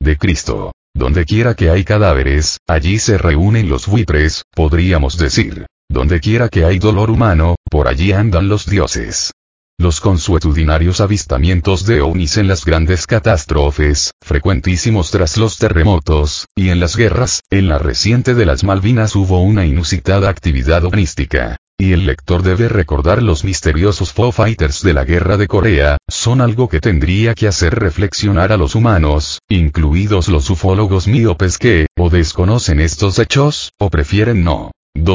de Cristo. Donde quiera que hay cadáveres, allí se reúnen los buitres, podríamos decir. Donde quiera que hay dolor humano, por allí andan los dioses. Los consuetudinarios avistamientos de ovnis en las grandes catástrofes, frecuentísimos tras los terremotos, y en las guerras, en la reciente de las Malvinas hubo una inusitada actividad ovnística. Y el lector debe recordar los misteriosos Foo Fighters de la guerra de Corea, son algo que tendría que hacer reflexionar a los humanos, incluidos los ufólogos míopes que, o desconocen estos hechos, o prefieren no.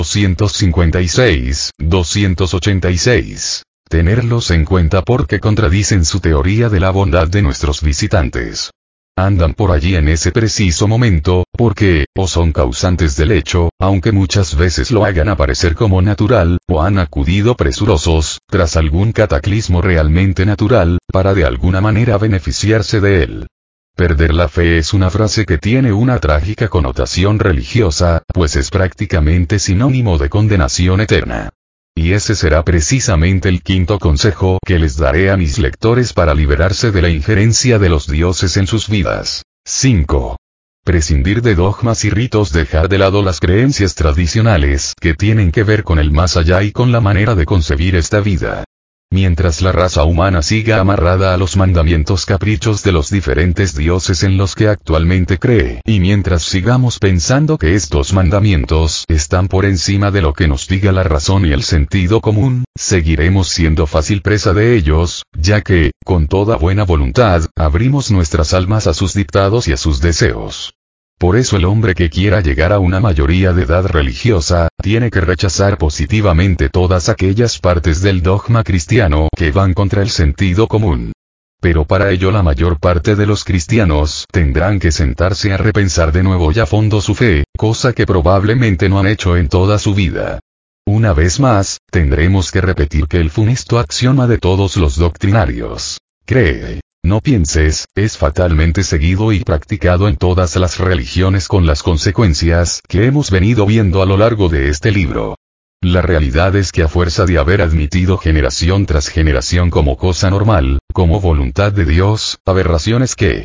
256. Tenerlos en cuenta porque contradicen su teoría de la bondad de nuestros visitantes. Andan por allí en ese preciso momento, porque, o son causantes del hecho, aunque muchas veces lo hagan aparecer como natural, o han acudido presurosos, tras algún cataclismo realmente natural, para de alguna manera beneficiarse de él. Perder la fe es una frase que tiene una trágica connotación religiosa, pues es prácticamente sinónimo de condenación eterna. Y ese será precisamente el quinto consejo que les daré a mis lectores para liberarse de la injerencia de los dioses en sus vidas. 5. Prescindir de dogmas y ritos, dejar de lado las creencias tradicionales que tienen que ver con el más allá y con la manera de concebir esta vida. Mientras la raza humana siga amarrada a los mandamientos caprichos de los diferentes dioses en los que actualmente cree, y mientras sigamos pensando que estos mandamientos están por encima de lo que nos diga la razón y el sentido común, seguiremos siendo fácil presa de ellos, ya que, con toda buena voluntad, abrimos nuestras almas a sus dictados y a sus deseos. Por eso el hombre que quiera llegar a una mayoría de edad religiosa, tiene que rechazar positivamente todas aquellas partes del dogma cristiano que van contra el sentido común. Pero para ello la mayor parte de los cristianos tendrán que sentarse a repensar de nuevo y a fondo su fe, cosa que probablemente no han hecho en toda su vida. Una vez más, tendremos que repetir que el funesto axioma de todos los doctrinarios, cree, no pienses, es fatalmente seguido y practicado en todas las religiones con las consecuencias que hemos venido viendo a lo largo de este libro. La realidad es que a fuerza de haber admitido generación tras generación como cosa normal, como voluntad de Dios, aberraciones que,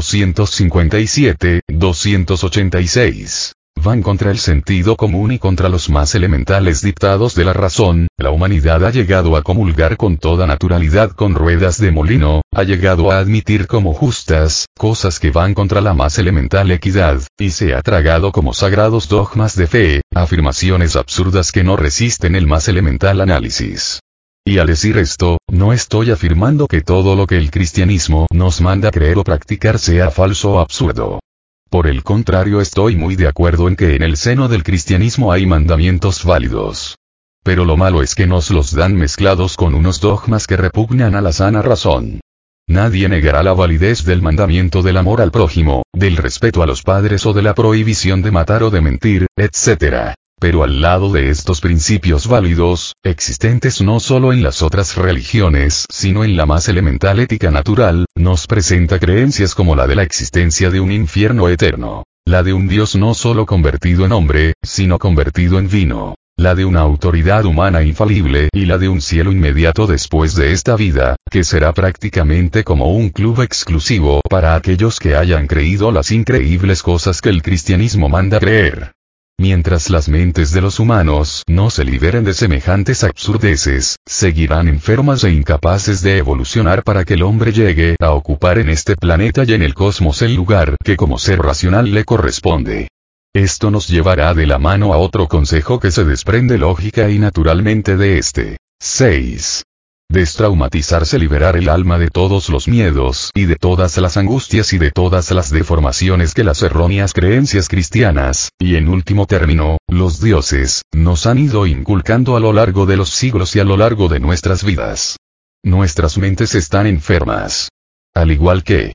286, van contra el sentido común y contra los más elementales dictados de la razón, la humanidad ha llegado a comulgar con toda naturalidad con ruedas de molino, ha llegado a admitir como justas, cosas que van contra la más elemental equidad, y se ha tragado como sagrados dogmas de fe, afirmaciones absurdas que no resisten el más elemental análisis. Y al decir esto, no estoy afirmando que todo lo que el cristianismo nos manda creer o practicar sea falso o absurdo. Por el contrario, estoy muy de acuerdo en que en el seno del cristianismo hay mandamientos válidos. Pero lo malo es que nos los dan mezclados con unos dogmas que repugnan a la sana razón. Nadie negará la validez del mandamiento del amor al prójimo, del respeto a los padres o de la prohibición de matar o de mentir, etc. Pero al lado de estos principios válidos, existentes no solo en las otras religiones, sino en la más elemental ética natural, nos presenta creencias como la de la existencia de un infierno eterno, la de un Dios no solo convertido en hombre, sino convertido en vino, la de una autoridad humana infalible y la de un cielo inmediato después de esta vida, que será prácticamente como un club exclusivo para aquellos que hayan creído las increíbles cosas que el cristianismo manda creer. Mientras las mentes de los humanos no se liberen de semejantes absurdeces, seguirán enfermas e incapaces de evolucionar para que el hombre llegue a ocupar en este planeta y en el cosmos el lugar que como ser racional le corresponde. Esto nos llevará de la mano a otro consejo que se desprende lógica y naturalmente de este. 6. Destraumatizarse, liberar el alma de todos los miedos y de todas las angustias y de todas las deformaciones que las erróneas creencias cristianas, y en último término, los dioses, nos han ido inculcando a lo largo de los siglos y a lo largo de nuestras vidas. Nuestras mentes están enfermas. Al igual que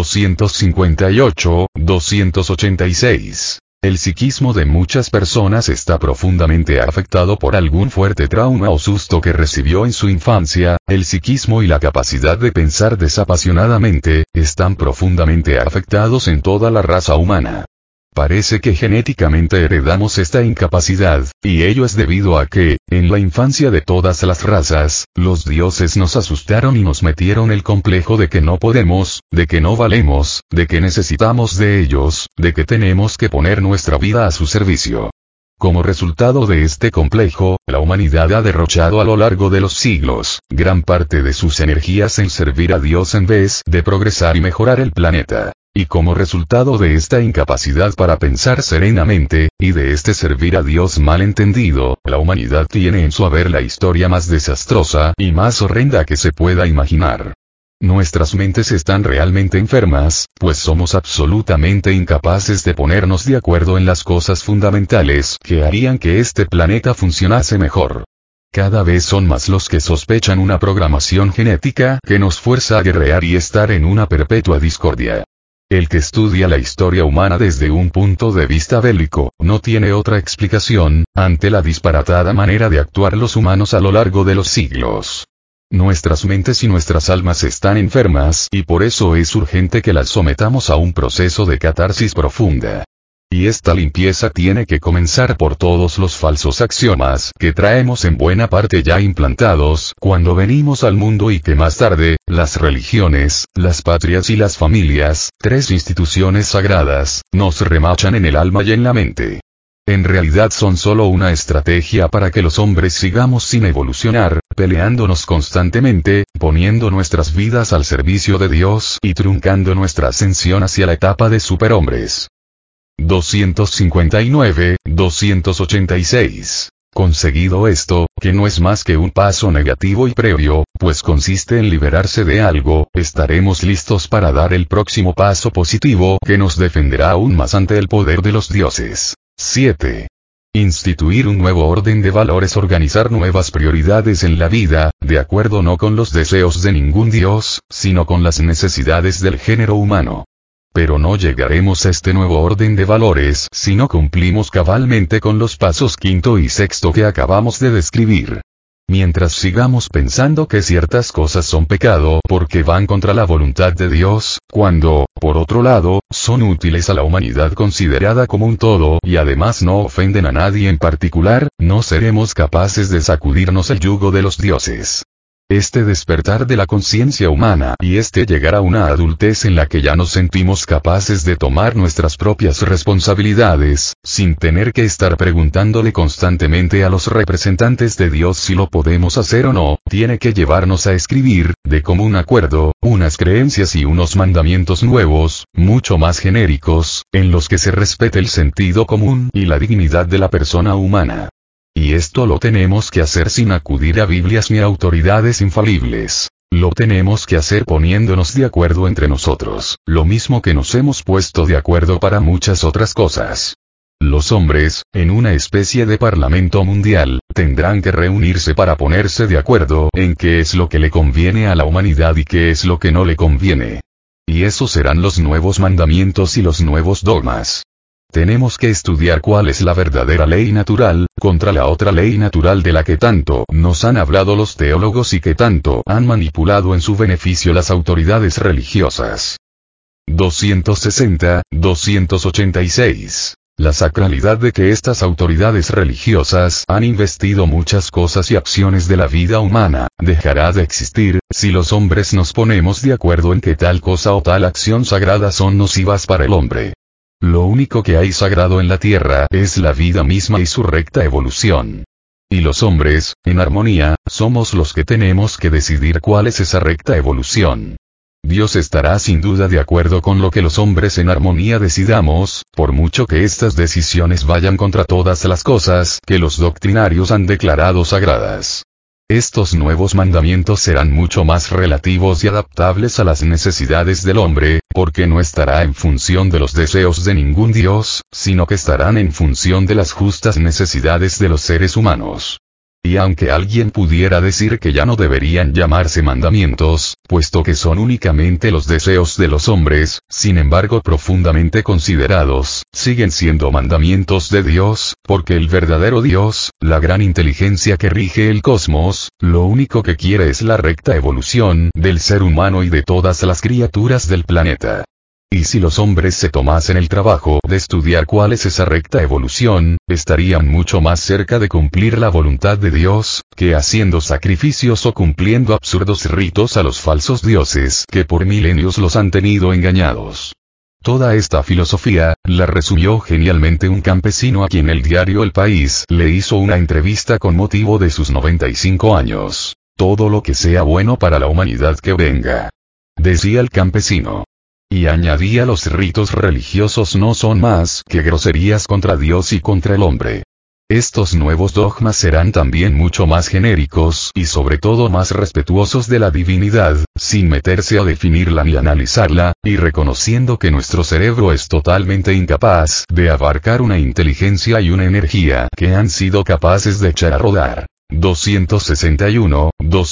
286. El psiquismo de muchas personas está profundamente afectado por algún fuerte trauma o susto que recibió en su infancia. El psiquismo y la capacidad de pensar desapasionadamente están profundamente afectados en toda la raza humana. Parece que genéticamente heredamos esta incapacidad, y ello es debido a que, en la infancia de todas las razas, los dioses nos asustaron y nos metieron el complejo de que no podemos, de que no valemos, de que necesitamos de ellos, de que tenemos que poner nuestra vida a su servicio. Como resultado de este complejo, la humanidad ha derrochado a lo largo de los siglos, gran parte de sus energías en servir a Dios en vez de progresar y mejorar el planeta. Y como resultado de esta incapacidad para pensar serenamente, y de este servir a Dios mal entendido, la humanidad tiene en su haber la historia más desastrosa y más horrenda que se pueda imaginar. Nuestras mentes están realmente enfermas, pues somos absolutamente incapaces de ponernos de acuerdo en las cosas fundamentales que harían que este planeta funcionase mejor. Cada vez son más los que sospechan una programación genética que nos fuerza a guerrear y estar en una perpetua discordia. El que estudia la historia humana desde un punto de vista bélico, no tiene otra explicación, ante la disparatada manera de actuar los humanos a lo largo de los siglos. Nuestras mentes y nuestras almas están enfermas y por eso es urgente que las sometamos a un proceso de catarsis profunda. Y esta limpieza tiene que comenzar por todos los falsos axiomas que traemos en buena parte ya implantados cuando venimos al mundo y que más tarde, las religiones, las patrias y las familias, tres instituciones sagradas, nos remachan en el alma y en la mente. En realidad son solo una estrategia para que los hombres sigamos sin evolucionar, peleándonos constantemente, poniendo nuestras vidas al servicio de Dios y truncando nuestra ascensión hacia la etapa de superhombres. 259-286. Conseguido esto, que no es más que un paso negativo y previo, pues consiste en liberarse de algo, estaremos listos para dar el próximo paso positivo que nos defenderá aún más ante el poder de los dioses. 7. Instituir un nuevo orden de valores, organizar nuevas prioridades en la vida, de acuerdo no con los deseos de ningún dios, sino con las necesidades del género humano. Pero no llegaremos a este nuevo orden de valores si no cumplimos cabalmente con los pasos quinto y sexto que acabamos de describir. Mientras sigamos pensando que ciertas cosas son pecado porque van contra la voluntad de Dios, cuando, por otro lado, son útiles a la humanidad considerada como un todo y además no ofenden a nadie en particular, no seremos capaces de sacudirnos el yugo de los dioses. Este despertar de la conciencia humana y este llegar a una adultez en la que ya nos sentimos capaces de tomar nuestras propias responsabilidades, sin tener que estar preguntándole constantemente a los representantes de Dios si lo podemos hacer o no, tiene que llevarnos a escribir, de común acuerdo, unas creencias y unos mandamientos nuevos, mucho más genéricos, en los que se respete el sentido común y la dignidad de la persona humana. Y esto lo tenemos que hacer sin acudir a Biblias ni a autoridades infalibles. Lo tenemos que hacer poniéndonos de acuerdo entre nosotros, lo mismo que nos hemos puesto de acuerdo para muchas otras cosas. Los hombres, en una especie de parlamento mundial, tendrán que reunirse para ponerse de acuerdo en qué es lo que le conviene a la humanidad y qué es lo que no le conviene. Y esos serán los nuevos mandamientos y los nuevos dogmas. Tenemos que estudiar cuál es la verdadera ley natural, contra la otra ley natural de la que tanto nos han hablado los teólogos y que tanto han manipulado en su beneficio las autoridades religiosas. 260-286. La sacralidad de que estas autoridades religiosas han investido muchas cosas y acciones de la vida humana, dejará de existir, si los hombres nos ponemos de acuerdo en que tal cosa o tal acción sagrada son nocivas para el hombre. Lo único que hay sagrado en la tierra es la vida misma y su recta evolución. Y los hombres, en armonía, somos los que tenemos que decidir cuál es esa recta evolución. Dios estará sin duda de acuerdo con lo que los hombres en armonía decidamos, por mucho que estas decisiones vayan contra todas las cosas que los doctrinarios han declarado sagradas. Estos nuevos mandamientos serán mucho más relativos y adaptables a las necesidades del hombre, porque no estará en función de los deseos de ningún dios, sino que estarán en función de las justas necesidades de los seres humanos. Y aunque alguien pudiera decir que ya no deberían llamarse mandamientos, puesto que son únicamente los deseos de los hombres, sin embargo profundamente considerados, siguen siendo mandamientos de Dios, porque el verdadero Dios, la gran inteligencia que rige el cosmos, lo único que quiere es la recta evolución del ser humano y de todas las criaturas del planeta. Y si los hombres se tomasen el trabajo de estudiar cuál es esa recta evolución, estarían mucho más cerca de cumplir la voluntad de Dios, que haciendo sacrificios o cumpliendo absurdos ritos a los falsos dioses que por milenios los han tenido engañados. Toda esta filosofía, la resumió genialmente un campesino a quien el diario El País le hizo una entrevista con motivo de sus 95 años. Todo lo que sea bueno para la humanidad que venga. Decía el campesino. Y añadía: los ritos religiosos no son más que groserías contra Dios y contra el hombre. Estos nuevos dogmas serán también mucho más genéricos y sobre todo más respetuosos de la divinidad, sin meterse a definirla ni analizarla, y reconociendo que nuestro cerebro es totalmente incapaz de abarcar una inteligencia y una energía que han sido capaces de echar a rodar. 261,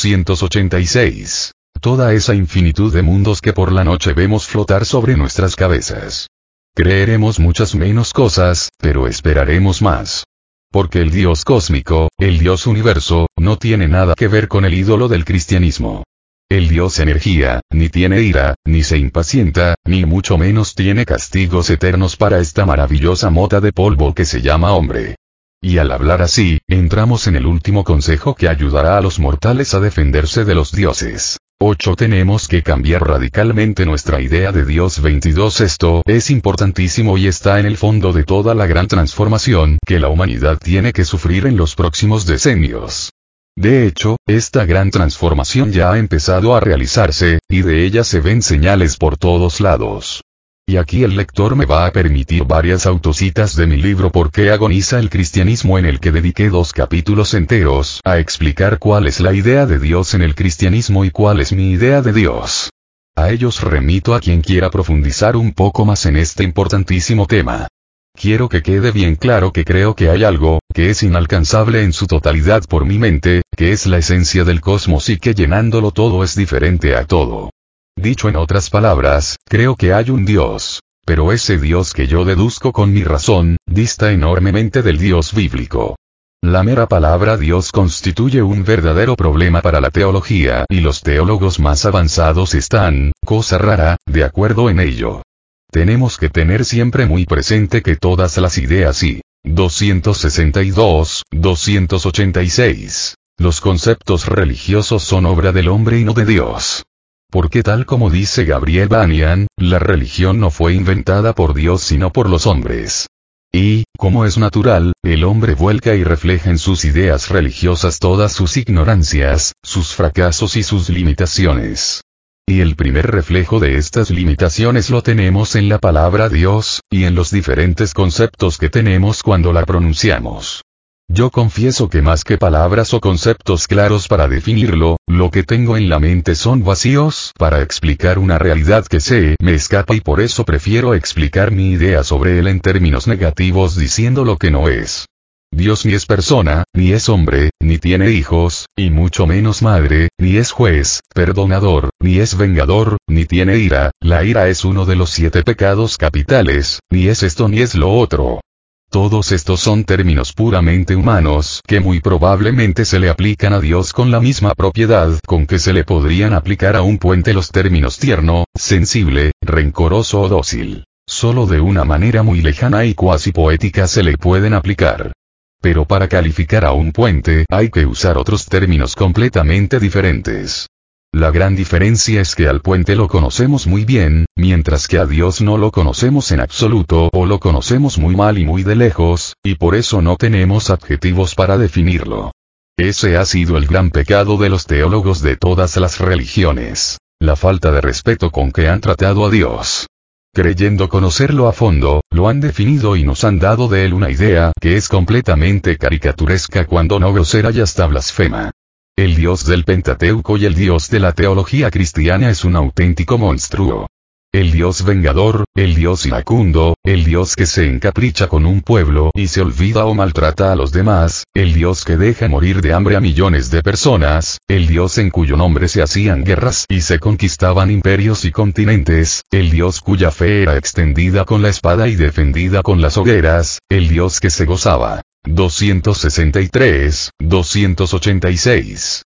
286. Toda esa infinitud de mundos que por la noche vemos flotar sobre nuestras cabezas. Creeremos muchas menos cosas, pero esperaremos más. Porque el Dios cósmico, el Dios universo, no tiene nada que ver con el ídolo del cristianismo. El Dios energía, ni tiene ira, ni se impacienta, ni mucho menos tiene castigos eternos para esta maravillosa mota de polvo que se llama hombre. Y al hablar así, entramos en el último consejo que ayudará a los mortales a defenderse de los dioses. 8. Tenemos que cambiar radicalmente nuestra idea de Dios. 22. Esto es importantísimo y está en el fondo de toda la gran transformación que la humanidad tiene que sufrir en los próximos decenios. De hecho, esta gran transformación ya ha empezado a realizarse, y de ella se ven señales por todos lados. Y aquí el lector me va a permitir varias autocitas de mi libro ¿Por qué agoniza el cristianismo?, en el que dediqué 2 capítulos enteros a explicar cuál es la idea de Dios en el cristianismo y cuál es mi idea de Dios. A ellos remito a quien quiera profundizar un poco más en este importantísimo tema. Quiero que quede bien claro que creo que hay algo que es inalcanzable en su totalidad por mi mente, que es la esencia del cosmos y que llenándolo todo es diferente a todo. Dicho en otras palabras, creo que hay un Dios, pero ese Dios que yo deduzco con mi razón, dista enormemente del Dios bíblico. La mera palabra Dios constituye un verdadero problema para la teología y los teólogos más avanzados están, cosa rara, de acuerdo en ello. Tenemos que tener siempre muy presente que todas las ideas y 262, 286, los conceptos religiosos son obra del hombre y no de Dios. Porque tal como dice Gabriel Banian, la religión no fue inventada por Dios sino por los hombres. Y, como es natural, el hombre vuelca y refleja en sus ideas religiosas todas sus ignorancias, sus fracasos y sus limitaciones. Y el primer reflejo de estas limitaciones lo tenemos en la palabra Dios, y en los diferentes conceptos que tenemos cuando la pronunciamos. Yo confieso que más que palabras o conceptos claros para definirlo, lo que tengo en la mente son vacíos para explicar una realidad que me escapa y por eso prefiero explicar mi idea sobre él en términos negativos diciendo lo que no es. Dios ni es persona, ni es hombre, ni tiene hijos, y mucho menos madre, ni es juez, perdonador, ni es vengador, ni tiene ira, la ira es uno de los 7 pecados capitales, ni es esto ni es lo otro. Todos estos son términos puramente humanos que muy probablemente se le aplican a Dios con la misma propiedad con que se le podrían aplicar a un puente los términos tierno, sensible, rencoroso o dócil. Solo de una manera muy lejana y cuasi poética se le pueden aplicar. Pero para calificar a un puente hay que usar otros términos completamente diferentes. La gran diferencia es que al puente lo conocemos muy bien, mientras que a Dios no lo conocemos en absoluto o lo conocemos muy mal y muy de lejos, y por eso no tenemos adjetivos para definirlo. Ese ha sido el gran pecado de los teólogos de todas las religiones, la falta de respeto con que han tratado a Dios. Creyendo conocerlo a fondo, lo han definido y nos han dado de él una idea que es completamente caricaturesca cuando no grosera y hasta blasfema. El Dios del Pentateuco y el Dios de la teología cristiana es un auténtico monstruo. El Dios vengador, el Dios iracundo, el Dios que se encapricha con un pueblo y se olvida o maltrata a los demás, el Dios que deja morir de hambre a millones de personas, el Dios en cuyo nombre se hacían guerras y se conquistaban imperios y continentes, el Dios cuya fe era extendida con la espada y defendida con las hogueras, el Dios que se gozaba. 263, 286.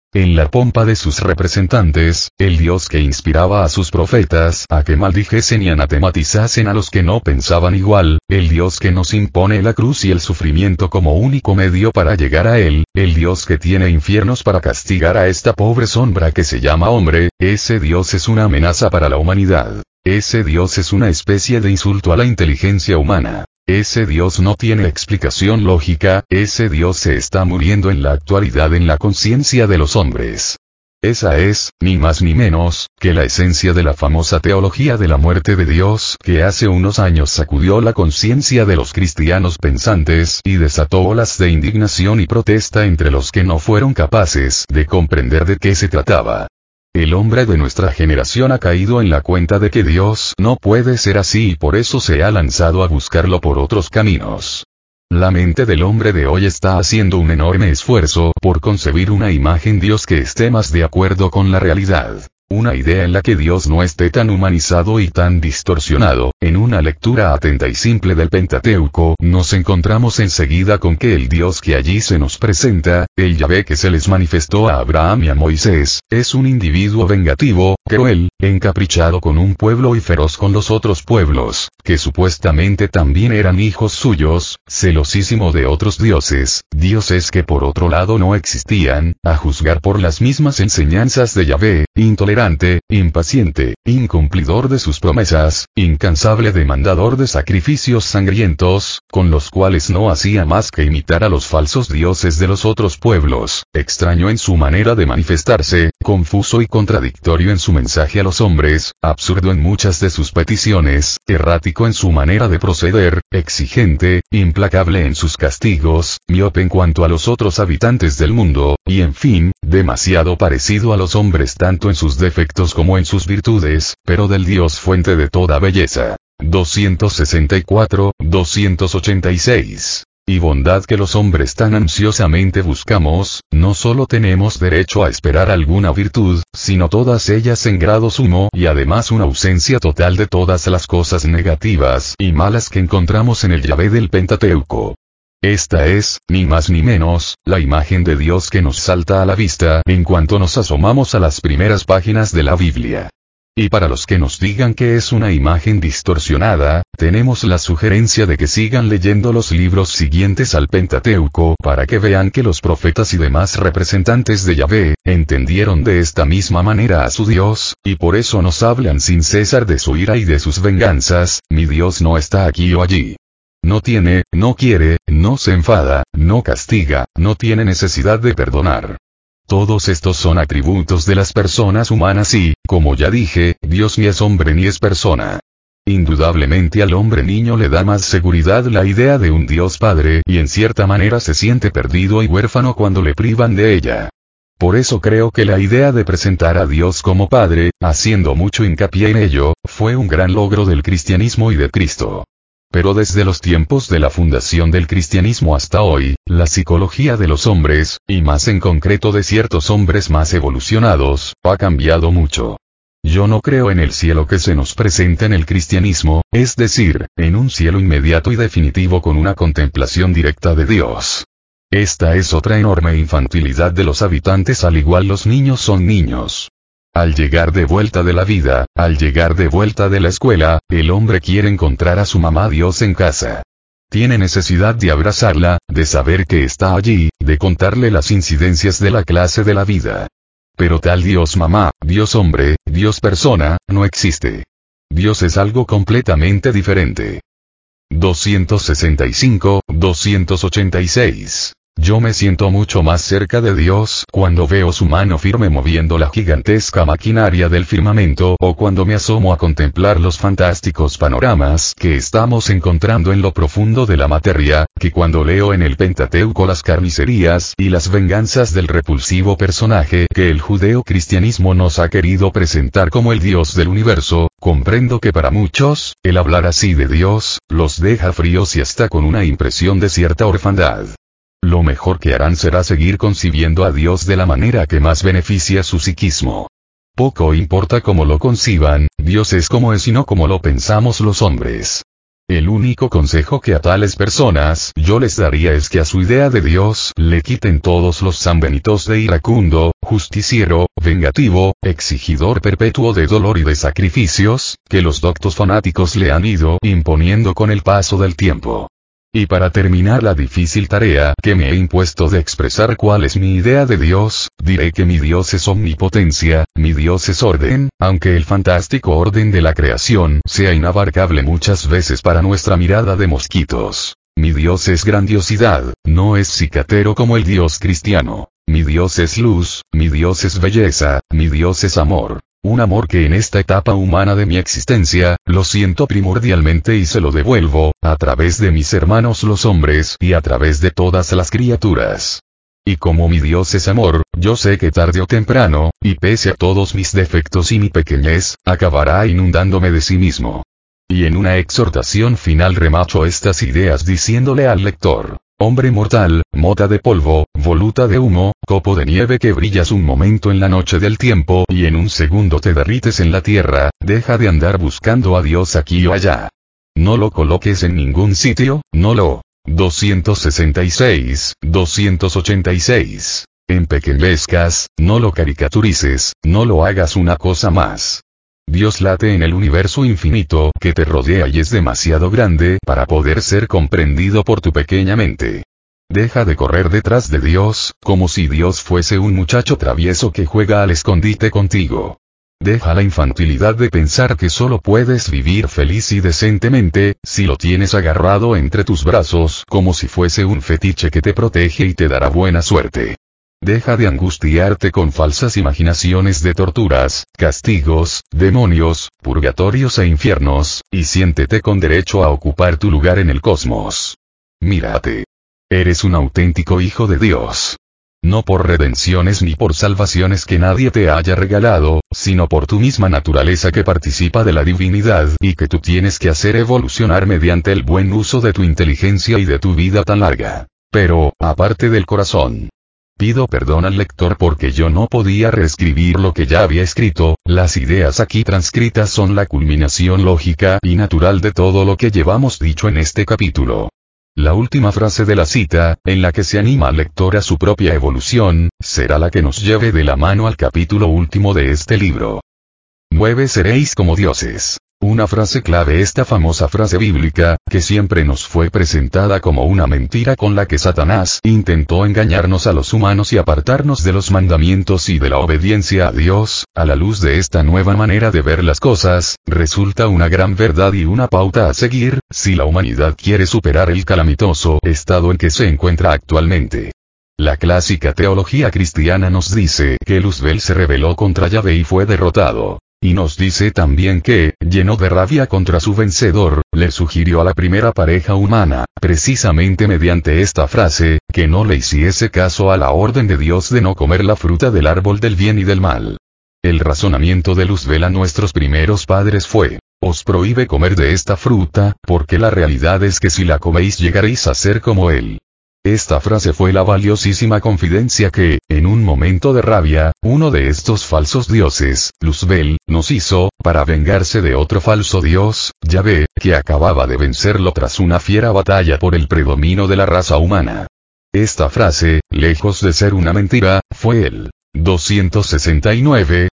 En la pompa de sus representantes, el Dios que inspiraba a sus profetas a que maldijesen y anatematizasen a los que no pensaban igual, el Dios que nos impone la cruz y el sufrimiento como único medio para llegar a él, el Dios que tiene infiernos para castigar a esta pobre sombra que se llama hombre, ese Dios es una amenaza para la humanidad. Ese Dios es una especie de insulto a la inteligencia humana. Ese Dios no tiene explicación lógica, ese Dios se está muriendo en la actualidad en la conciencia de los hombres. Esa es, ni más ni menos, que la esencia de la famosa teología de la muerte de Dios que hace unos años sacudió la conciencia de los cristianos pensantes y desató olas de indignación y protesta entre los que no fueron capaces de comprender de qué se trataba. El hombre de nuestra generación ha caído en la cuenta de que Dios no puede ser así y por eso se ha lanzado a buscarlo por otros caminos. La mente del hombre de hoy está haciendo un enorme esfuerzo por concebir una imagen Dios que esté más de acuerdo con la realidad. Una idea en la que Dios no esté tan humanizado y tan distorsionado. En una lectura atenta y simple del Pentateuco, nos encontramos enseguida con que el Dios que allí se nos presenta, el Yahvé que se les manifestó a Abraham y a Moisés, es un individuo vengativo, cruel, encaprichado con un pueblo y feroz con los otros pueblos, que supuestamente también eran hijos suyos, celosísimo de otros dioses que por otro lado no existían, a juzgar por las mismas enseñanzas de Yahvé, intolerante, impaciente, incumplidor de sus promesas, incansable demandador de sacrificios sangrientos, con los cuales no hacía más que imitar a los falsos dioses de los otros pueblos, extraño en su manera de manifestarse, confuso y contradictorio en su mensaje a los hombres, absurdo en muchas de sus peticiones, errático en su manera de proceder, exigente, implacable en sus castigos, miope en cuanto a los otros habitantes del mundo, y en fin, demasiado parecido a los hombres tanto en sus defectos como en sus virtudes, pero del Dios fuente de toda belleza. 264, 286. Y bondad que los hombres tan ansiosamente buscamos, no solo tenemos derecho a esperar alguna virtud, sino todas ellas en grado sumo y además una ausencia total de todas las cosas negativas y malas que encontramos en el Yahvé del Pentateuco. Esta es, ni más ni menos, la imagen de Dios que nos salta a la vista en cuanto nos asomamos a las primeras páginas de la Biblia. Y para los que nos digan que es una imagen distorsionada, tenemos la sugerencia de que sigan leyendo los libros siguientes al Pentateuco para que vean que los profetas y demás representantes de Yahvé, entendieron de esta misma manera a su Dios, y por eso nos hablan sin cesar de su ira y de sus venganzas. Mi Dios no está aquí o allí. No tiene, no quiere, no se enfada, no castiga, no tiene necesidad de perdonar. Todos estos son atributos de las personas humanas y, como ya dije, Dios ni es hombre ni es persona. Indudablemente al hombre niño le da más seguridad la idea de un Dios Padre y en cierta manera se siente perdido y huérfano cuando le privan de ella. Por eso creo que la idea de presentar a Dios como Padre, haciendo mucho hincapié en ello, fue un gran logro del cristianismo y de Cristo. Pero desde los tiempos de la fundación del cristianismo hasta hoy, la psicología de los hombres, y más en concreto de ciertos hombres más evolucionados, ha cambiado mucho. Yo no creo en el cielo que se nos presenta en el cristianismo, es decir, en un cielo inmediato y definitivo con una contemplación directa de Dios. Esta es otra enorme infantilidad de los habitantes, al igual los niños son niños. Al llegar de vuelta de la vida, al llegar de vuelta de la escuela, el hombre quiere encontrar a su mamá Dios en casa. Tiene necesidad de abrazarla, de saber que está allí, de contarle las incidencias de la clase de la vida. Pero tal Dios mamá, Dios hombre, Dios persona, no existe. Dios es algo completamente diferente. 265, 286. Yo me siento mucho más cerca de Dios cuando veo su mano firme moviendo la gigantesca maquinaria del firmamento o cuando me asomo a contemplar los fantásticos panoramas que estamos encontrando en lo profundo de la materia, que cuando leo en el Pentateuco las carnicerías y las venganzas del repulsivo personaje que el judeo-cristianismo nos ha querido presentar como el Dios del universo. Comprendo que para muchos, el hablar así de Dios, los deja fríos y hasta con una impresión de cierta orfandad. Lo mejor que harán será seguir concibiendo a Dios de la manera que más beneficia su psiquismo. Poco importa cómo lo conciban, Dios es como es y no como lo pensamos los hombres. El único consejo que a tales personas yo les daría es que a su idea de Dios le quiten todos los sanbenitos de iracundo, justiciero, vengativo, exigidor perpetuo de dolor y de sacrificios, que los doctos fanáticos le han ido imponiendo con el paso del tiempo. Y para terminar la difícil tarea que me he impuesto de expresar cuál es mi idea de Dios, diré que mi Dios es omnipotencia, mi Dios es orden, aunque el fantástico orden de la creación sea inabarcable muchas veces para nuestra mirada de mosquitos. Mi Dios es grandiosidad, no es cicatero como el Dios cristiano. Mi Dios es luz, mi Dios es belleza, mi Dios es amor. Un amor que en esta etapa humana de mi existencia, lo siento primordialmente y se lo devuelvo, a través de mis hermanos los hombres y a través de todas las criaturas. Y como mi Dios es amor, yo sé que tarde o temprano, y pese a todos mis defectos y mi pequeñez, acabará inundándome de sí mismo. Y en una exhortación final remacho estas ideas diciéndole al lector: hombre mortal, mota de polvo, voluta de humo, copo de nieve que brillas un momento en la noche del tiempo y en un segundo te derrites en la tierra, deja de andar buscando a Dios aquí o allá. No lo coloques en ningún sitio, no lo. 266, 286. Empequeñezcas, no lo caricaturices, no lo hagas una cosa más. Dios late en el universo infinito que te rodea y es demasiado grande para poder ser comprendido por tu pequeña mente. Deja de correr detrás de Dios, como si Dios fuese un muchacho travieso que juega al escondite contigo. Deja la infantilidad de pensar que solo puedes vivir feliz y decentemente, si lo tienes agarrado entre tus brazos como si fuese un fetiche que te protege y te dará buena suerte. Deja de angustiarte con falsas imaginaciones de torturas, castigos, demonios, purgatorios e infiernos, y siéntete con derecho a ocupar tu lugar en el cosmos. Mírate. Eres un auténtico hijo de Dios. No por redenciones ni por salvaciones que nadie te haya regalado, sino por tu misma naturaleza que participa de la divinidad y que tú tienes que hacer evolucionar mediante el buen uso de tu inteligencia y de tu vida tan larga. Pero, aparte del corazón. Pido perdón al lector porque yo no podía reescribir lo que ya había escrito, las ideas aquí transcritas son la culminación lógica y natural de todo lo que llevamos dicho en este capítulo. La última frase de la cita, en la que se anima al lector a su propia evolución, será la que nos lleve de la mano al capítulo último de este libro. 9 Seréis como dioses. Una frase clave, esta famosa frase bíblica, que siempre nos fue presentada como una mentira con la que Satanás intentó engañarnos a los humanos y apartarnos de los mandamientos y de la obediencia a Dios. A la luz de esta nueva manera de ver las cosas, resulta una gran verdad y una pauta a seguir, si la humanidad quiere superar el calamitoso estado en que se encuentra actualmente. La clásica teología cristiana nos dice que Luzbel se rebeló contra Yahvé y fue derrotado. Y nos dice también que, lleno de rabia contra su vencedor, le sugirió a la primera pareja humana, precisamente mediante esta frase, que no le hiciese caso a la orden de Dios de no comer la fruta del árbol del bien y del mal. El razonamiento de Luzbel a nuestros primeros padres fue: os prohíbe comer de esta fruta, porque la realidad es que si la coméis llegaréis a ser como él. Esta frase fue la valiosísima confidencia que, en un momento de rabia, uno de estos falsos dioses, Luzbel, nos hizo, para vengarse de otro falso dios, Yahvé, que acababa de vencerlo tras una fiera batalla por el predominio de la raza humana. Esta frase, lejos de ser una mentira, fue el 269,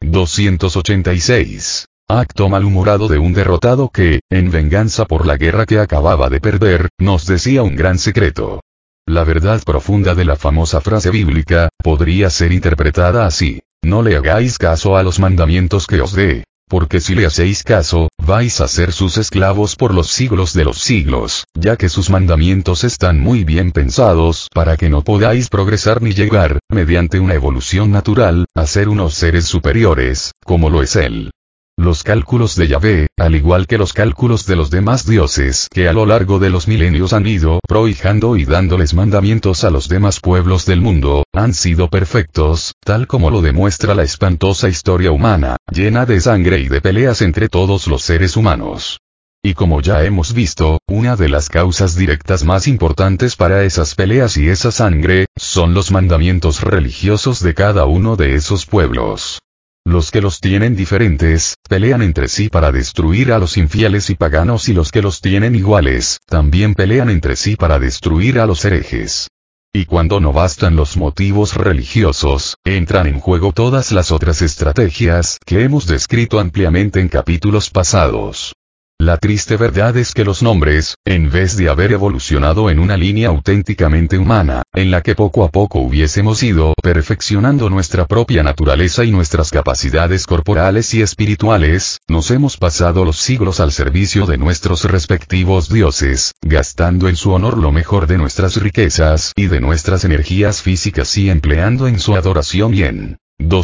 286. Acto malhumorado de un derrotado que, en venganza por la guerra que acababa de perder, nos decía un gran secreto. La verdad profunda de la famosa frase bíblica, podría ser interpretada así: no le hagáis caso a los mandamientos que os dé, porque si le hacéis caso, vais a ser sus esclavos por los siglos de los siglos, ya que sus mandamientos están muy bien pensados para que no podáis progresar ni llegar, mediante una evolución natural, a ser unos seres superiores, como lo es él. Los cálculos de Yahvé, al igual que los cálculos de los demás dioses que a lo largo de los milenios han ido prohijando y dándoles mandamientos a los demás pueblos del mundo, han sido perfectos, tal como lo demuestra la espantosa historia humana, llena de sangre y de peleas entre todos los seres humanos. Y como ya hemos visto, una de las causas directas más importantes para esas peleas y esa sangre, son los mandamientos religiosos de cada uno de esos pueblos. Los que los tienen diferentes, pelean entre sí para destruir a los infieles y paganos, y los que los tienen iguales, también pelean entre sí para destruir a los herejes. Y cuando no bastan los motivos religiosos, entran en juego todas las otras estrategias que hemos descrito ampliamente en capítulos pasados. La triste verdad es que los nombres, en vez de haber evolucionado en una línea auténticamente humana, en la que poco a poco hubiésemos ido perfeccionando nuestra propia naturaleza y nuestras capacidades corporales y espirituales, nos hemos pasado los siglos al servicio de nuestros respectivos dioses, gastando en su honor lo mejor de nuestras riquezas y de nuestras energías físicas y empleando en su adoración y en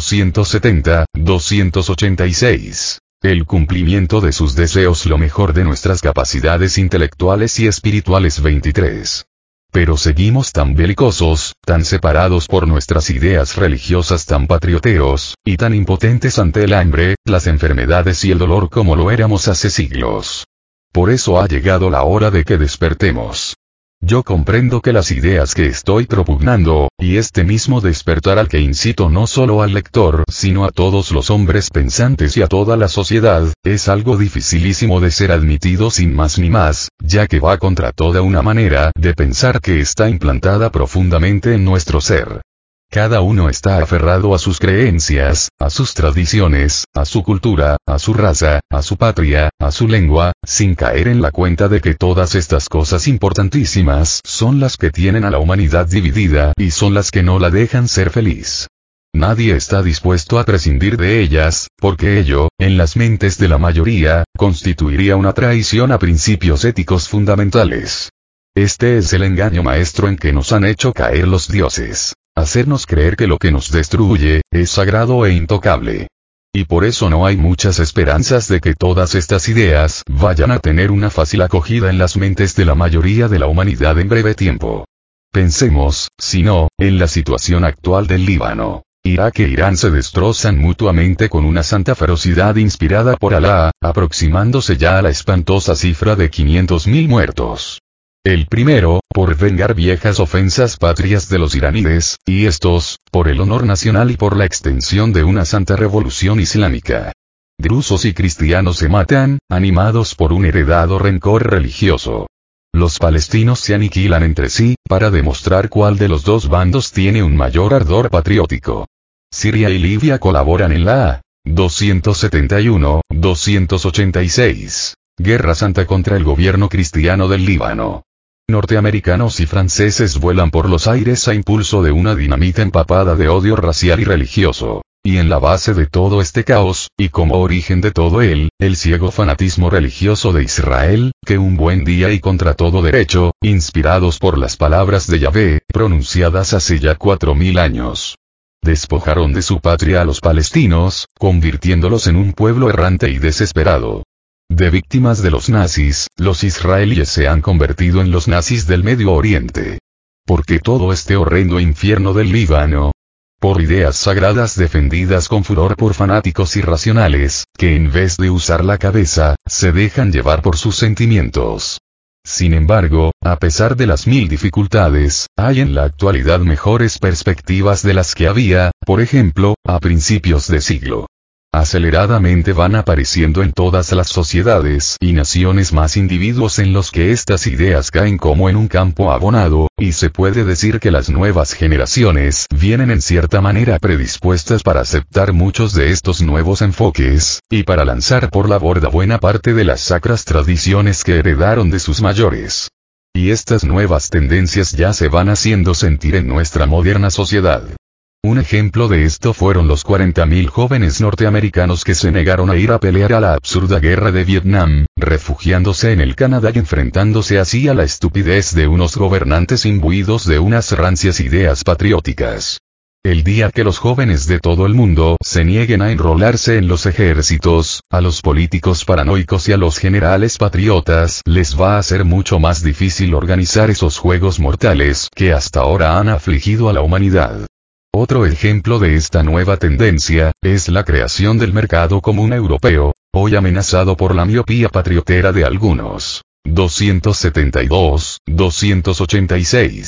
286. El cumplimiento de sus deseos lo mejor de nuestras capacidades intelectuales y espirituales 23. Pero seguimos tan belicosos, tan separados por nuestras ideas religiosas, tan patrioteos, y tan impotentes ante el hambre, las enfermedades y el dolor como lo éramos hace siglos. Por eso ha llegado la hora de que despertemos. Yo comprendo que las ideas que estoy propugnando, y este mismo despertar al que incito no solo al lector sino a todos los hombres pensantes y a toda la sociedad, es algo dificilísimo de ser admitido sin más ni más, ya que va contra toda una manera de pensar que está implantada profundamente en nuestro ser. Cada uno está aferrado a sus creencias, a sus tradiciones, a su cultura, a su raza, a su patria, a su lengua, sin caer en la cuenta de que todas estas cosas importantísimas son las que tienen a la humanidad dividida y son las que no la dejan ser feliz. Nadie está dispuesto a prescindir de ellas, porque ello, en las mentes de la mayoría, constituiría una traición a principios éticos fundamentales. Este es el engaño maestro en que nos han hecho caer los dioses. Hacernos creer que lo que nos destruye, es sagrado e intocable. Y por eso no hay muchas esperanzas de que todas estas ideas vayan a tener una fácil acogida en las mentes de la mayoría de la humanidad en breve tiempo. Pensemos, si no, en la situación actual del Líbano. Irak e Irán se destrozan mutuamente con una santa ferocidad inspirada por Alá, aproximándose ya a la espantosa cifra de 500.000 muertos. El primero, por vengar viejas ofensas patrias de los iraníes, y estos, por el honor nacional y por la extensión de una santa revolución islámica. Drusos y cristianos se matan, animados por un heredado rencor religioso. Los palestinos se aniquilan entre sí, para demostrar cuál de los dos bandos tiene un mayor ardor patriótico. Siria y Libia colaboran en la 286. Guerra Santa contra el gobierno cristiano del Líbano. Norteamericanos y franceses vuelan por los aires a impulso de una dinamita empapada de odio racial y religioso. Y en la base de todo este caos, y como origen de todo él, el ciego fanatismo religioso de Israel, que un buen día y contra todo derecho, inspirados por las palabras de Yahvé, pronunciadas hace ya 4000 años. Despojaron de su patria a los palestinos, convirtiéndolos en un pueblo errante y desesperado. De víctimas de los nazis, los israelíes se han convertido en los nazis del Medio Oriente. ¿Por qué todo este horrendo infierno del Líbano? Por ideas sagradas defendidas con furor por fanáticos irracionales, que en vez de usar la cabeza, se dejan llevar por sus sentimientos. Sin embargo, a pesar de las 1000 dificultades, hay en la actualidad mejores perspectivas de las que había, por ejemplo, a principios de siglo. Aceleradamente van apareciendo en todas las sociedades y naciones más individuos en los que estas ideas caen como en un campo abonado, y se puede decir que las nuevas generaciones vienen en cierta manera predispuestas para aceptar muchos de estos nuevos enfoques, y para lanzar por la borda buena parte de las sacras tradiciones que heredaron de sus mayores. Y estas nuevas tendencias ya se van haciendo sentir en nuestra moderna sociedad. Un ejemplo de esto fueron los 40.000 jóvenes norteamericanos que se negaron a ir a pelear a la absurda guerra de Vietnam, refugiándose en el Canadá y enfrentándose así a la estupidez de unos gobernantes imbuidos de unas rancias ideas patrióticas. El día que los jóvenes de todo el mundo se nieguen a enrolarse en los ejércitos, a los políticos paranoicos y a los generales patriotas les va a ser mucho más difícil organizar esos juegos mortales que hasta ahora han afligido a la humanidad. Otro ejemplo de esta nueva tendencia, es la creación del mercado común europeo, hoy amenazado por la miopía patriotera de algunos. 286.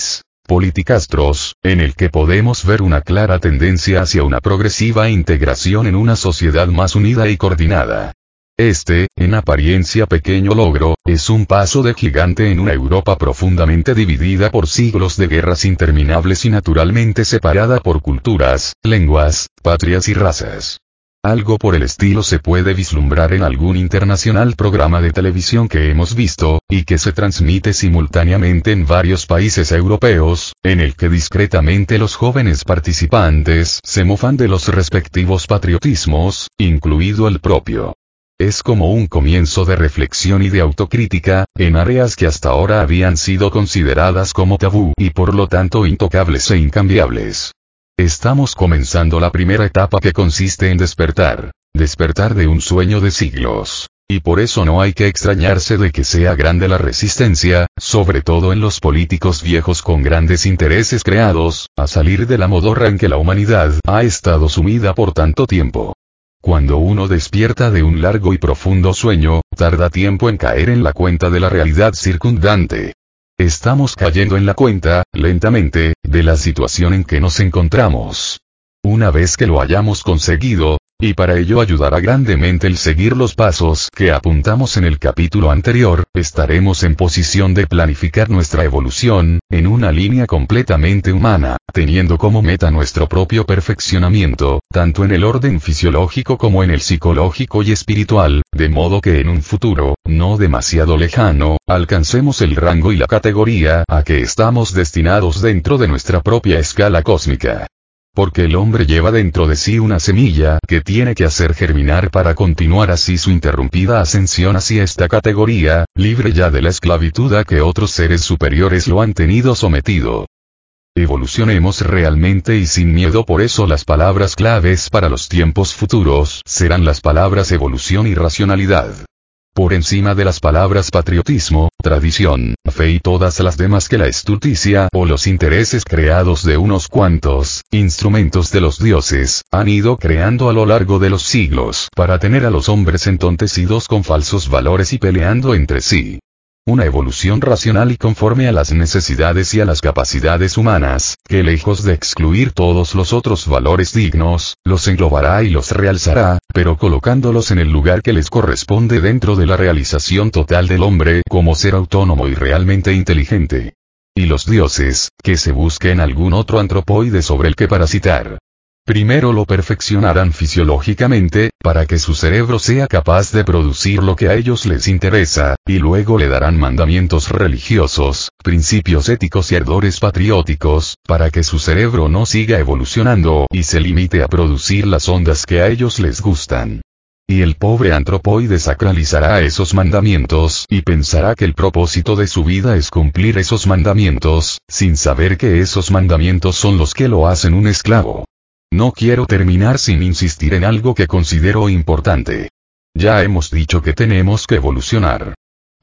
Politicastros, en el que podemos ver una clara tendencia hacia una progresiva integración en una sociedad más unida y coordinada. Este, en apariencia pequeño logro, es un paso de gigante en una Europa profundamente dividida por siglos de guerras interminables y naturalmente separada por culturas, lenguas, patrias y razas. Algo por el estilo se puede vislumbrar en algún internacional programa de televisión que hemos visto, y que se transmite simultáneamente en varios países europeos, en el que discretamente los jóvenes participantes se mofan de los respectivos patriotismos, incluido el propio. Es como un comienzo de reflexión y de autocrítica, en áreas que hasta ahora habían sido consideradas como tabú y por lo tanto intocables e incambiables. Estamos comenzando la primera etapa que consiste en despertar de un sueño de siglos. Y por eso no hay que extrañarse de que sea grande la resistencia, sobre todo en los políticos viejos con grandes intereses creados, a salir de la modorra en que la humanidad ha estado sumida por tanto tiempo. Cuando uno despierta de un largo y profundo sueño, tarda tiempo en caer en la cuenta de la realidad circundante. Estamos cayendo en la cuenta, lentamente, de la situación en que nos encontramos. Una vez que lo hayamos conseguido, y para ello ayudará grandemente el seguir los pasos que apuntamos en el capítulo anterior, estaremos en posición de planificar nuestra evolución, en una línea completamente humana, teniendo como meta nuestro propio perfeccionamiento, tanto en el orden fisiológico como en el psicológico y espiritual, de modo que en un futuro, no demasiado lejano, alcancemos el rango y la categoría a que estamos destinados dentro de nuestra propia escala cósmica. Porque el hombre lleva dentro de sí una semilla que tiene que hacer germinar para continuar así su interrumpida ascensión hacia esta categoría, libre ya de la esclavitud a que otros seres superiores lo han tenido sometido. Evolucionemos realmente y sin miedo. Por eso las palabras claves para los tiempos futuros serán las palabras evolución y racionalidad. Por encima de las palabras patriotismo, tradición, fe y todas las demás que la estulticia o los intereses creados de unos cuantos, instrumentos de los dioses, han ido creando a lo largo de los siglos para tener a los hombres entontecidos con falsos valores y peleando entre sí. Una evolución racional y conforme a las necesidades y a las capacidades humanas, que lejos de excluir todos los otros valores dignos, los englobará y los realzará, pero colocándolos en el lugar que les corresponde dentro de la realización total del hombre como ser autónomo y realmente inteligente. Y los dioses, que se busquen algún otro antropoide sobre el que parasitar. Primero lo perfeccionarán fisiológicamente, para que su cerebro sea capaz de producir lo que a ellos les interesa, y luego le darán mandamientos religiosos, principios éticos y ardores patrióticos, para que su cerebro no siga evolucionando y se limite a producir las ondas que a ellos les gustan. Y el pobre antropoide sacralizará esos mandamientos y pensará que el propósito de su vida es cumplir esos mandamientos, sin saber que esos mandamientos son los que lo hacen un esclavo. No quiero terminar sin insistir en algo que considero importante. Ya hemos dicho que tenemos que evolucionar.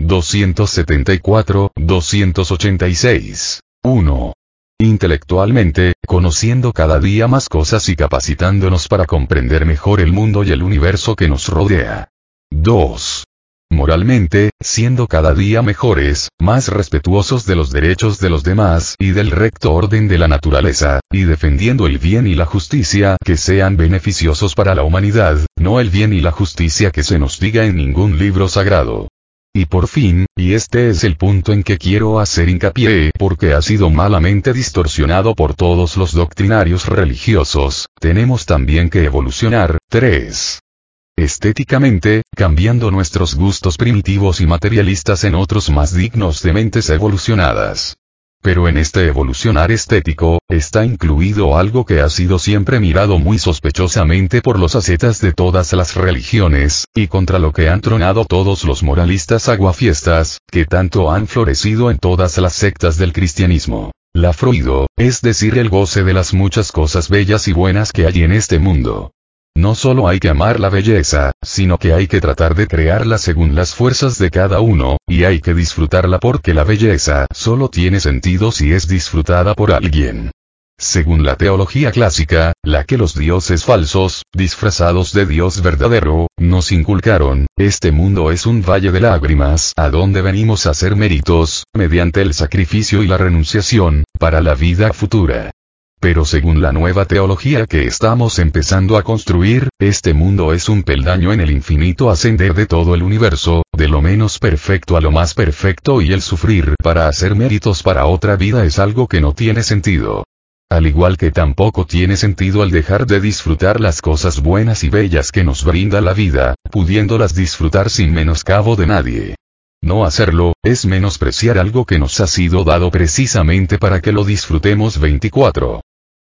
274-286. 1. Intelectualmente, conociendo cada día más cosas y capacitándonos para comprender mejor el mundo y el universo que nos rodea. 2. Moralmente, siendo cada día mejores, más respetuosos de los derechos de los demás y del recto orden de la naturaleza, y defendiendo el bien y la justicia que sean beneficiosos para la humanidad, no el bien y la justicia que se nos diga en ningún libro sagrado. Y por fin, y este es el punto en que quiero hacer hincapié porque ha sido malamente distorsionado por todos los doctrinarios religiosos, tenemos también que evolucionar. 3. Estéticamente, cambiando nuestros gustos primitivos y materialistas en otros más dignos de mentes evolucionadas. Pero en este evolucionar estético, está incluido algo que ha sido siempre mirado muy sospechosamente por los ascetas de todas las religiones, y contra lo que han tronado todos los moralistas aguafiestas, que tanto han florecido en todas las sectas del cristianismo. La fruido, es decir, el goce de las muchas cosas bellas y buenas que hay en este mundo. No solo hay que amar la belleza, sino que hay que tratar de crearla según las fuerzas de cada uno, y hay que disfrutarla porque la belleza solo tiene sentido si es disfrutada por alguien. Según la teología clásica, la que los dioses falsos, disfrazados de Dios verdadero, nos inculcaron, este mundo es un valle de lágrimas a donde venimos a hacer méritos, mediante el sacrificio y la renunciación, para la vida futura. Pero según la nueva teología que estamos empezando a construir, este mundo es un peldaño en el infinito ascender de todo el universo, de lo menos perfecto a lo más perfecto, y el sufrir para hacer méritos para otra vida es algo que no tiene sentido. Al igual que tampoco tiene sentido el dejar de disfrutar las cosas buenas y bellas que nos brinda la vida, pudiéndolas disfrutar sin menoscabo de nadie. No hacerlo, es menospreciar algo que nos ha sido dado precisamente para que lo disfrutemos. 24.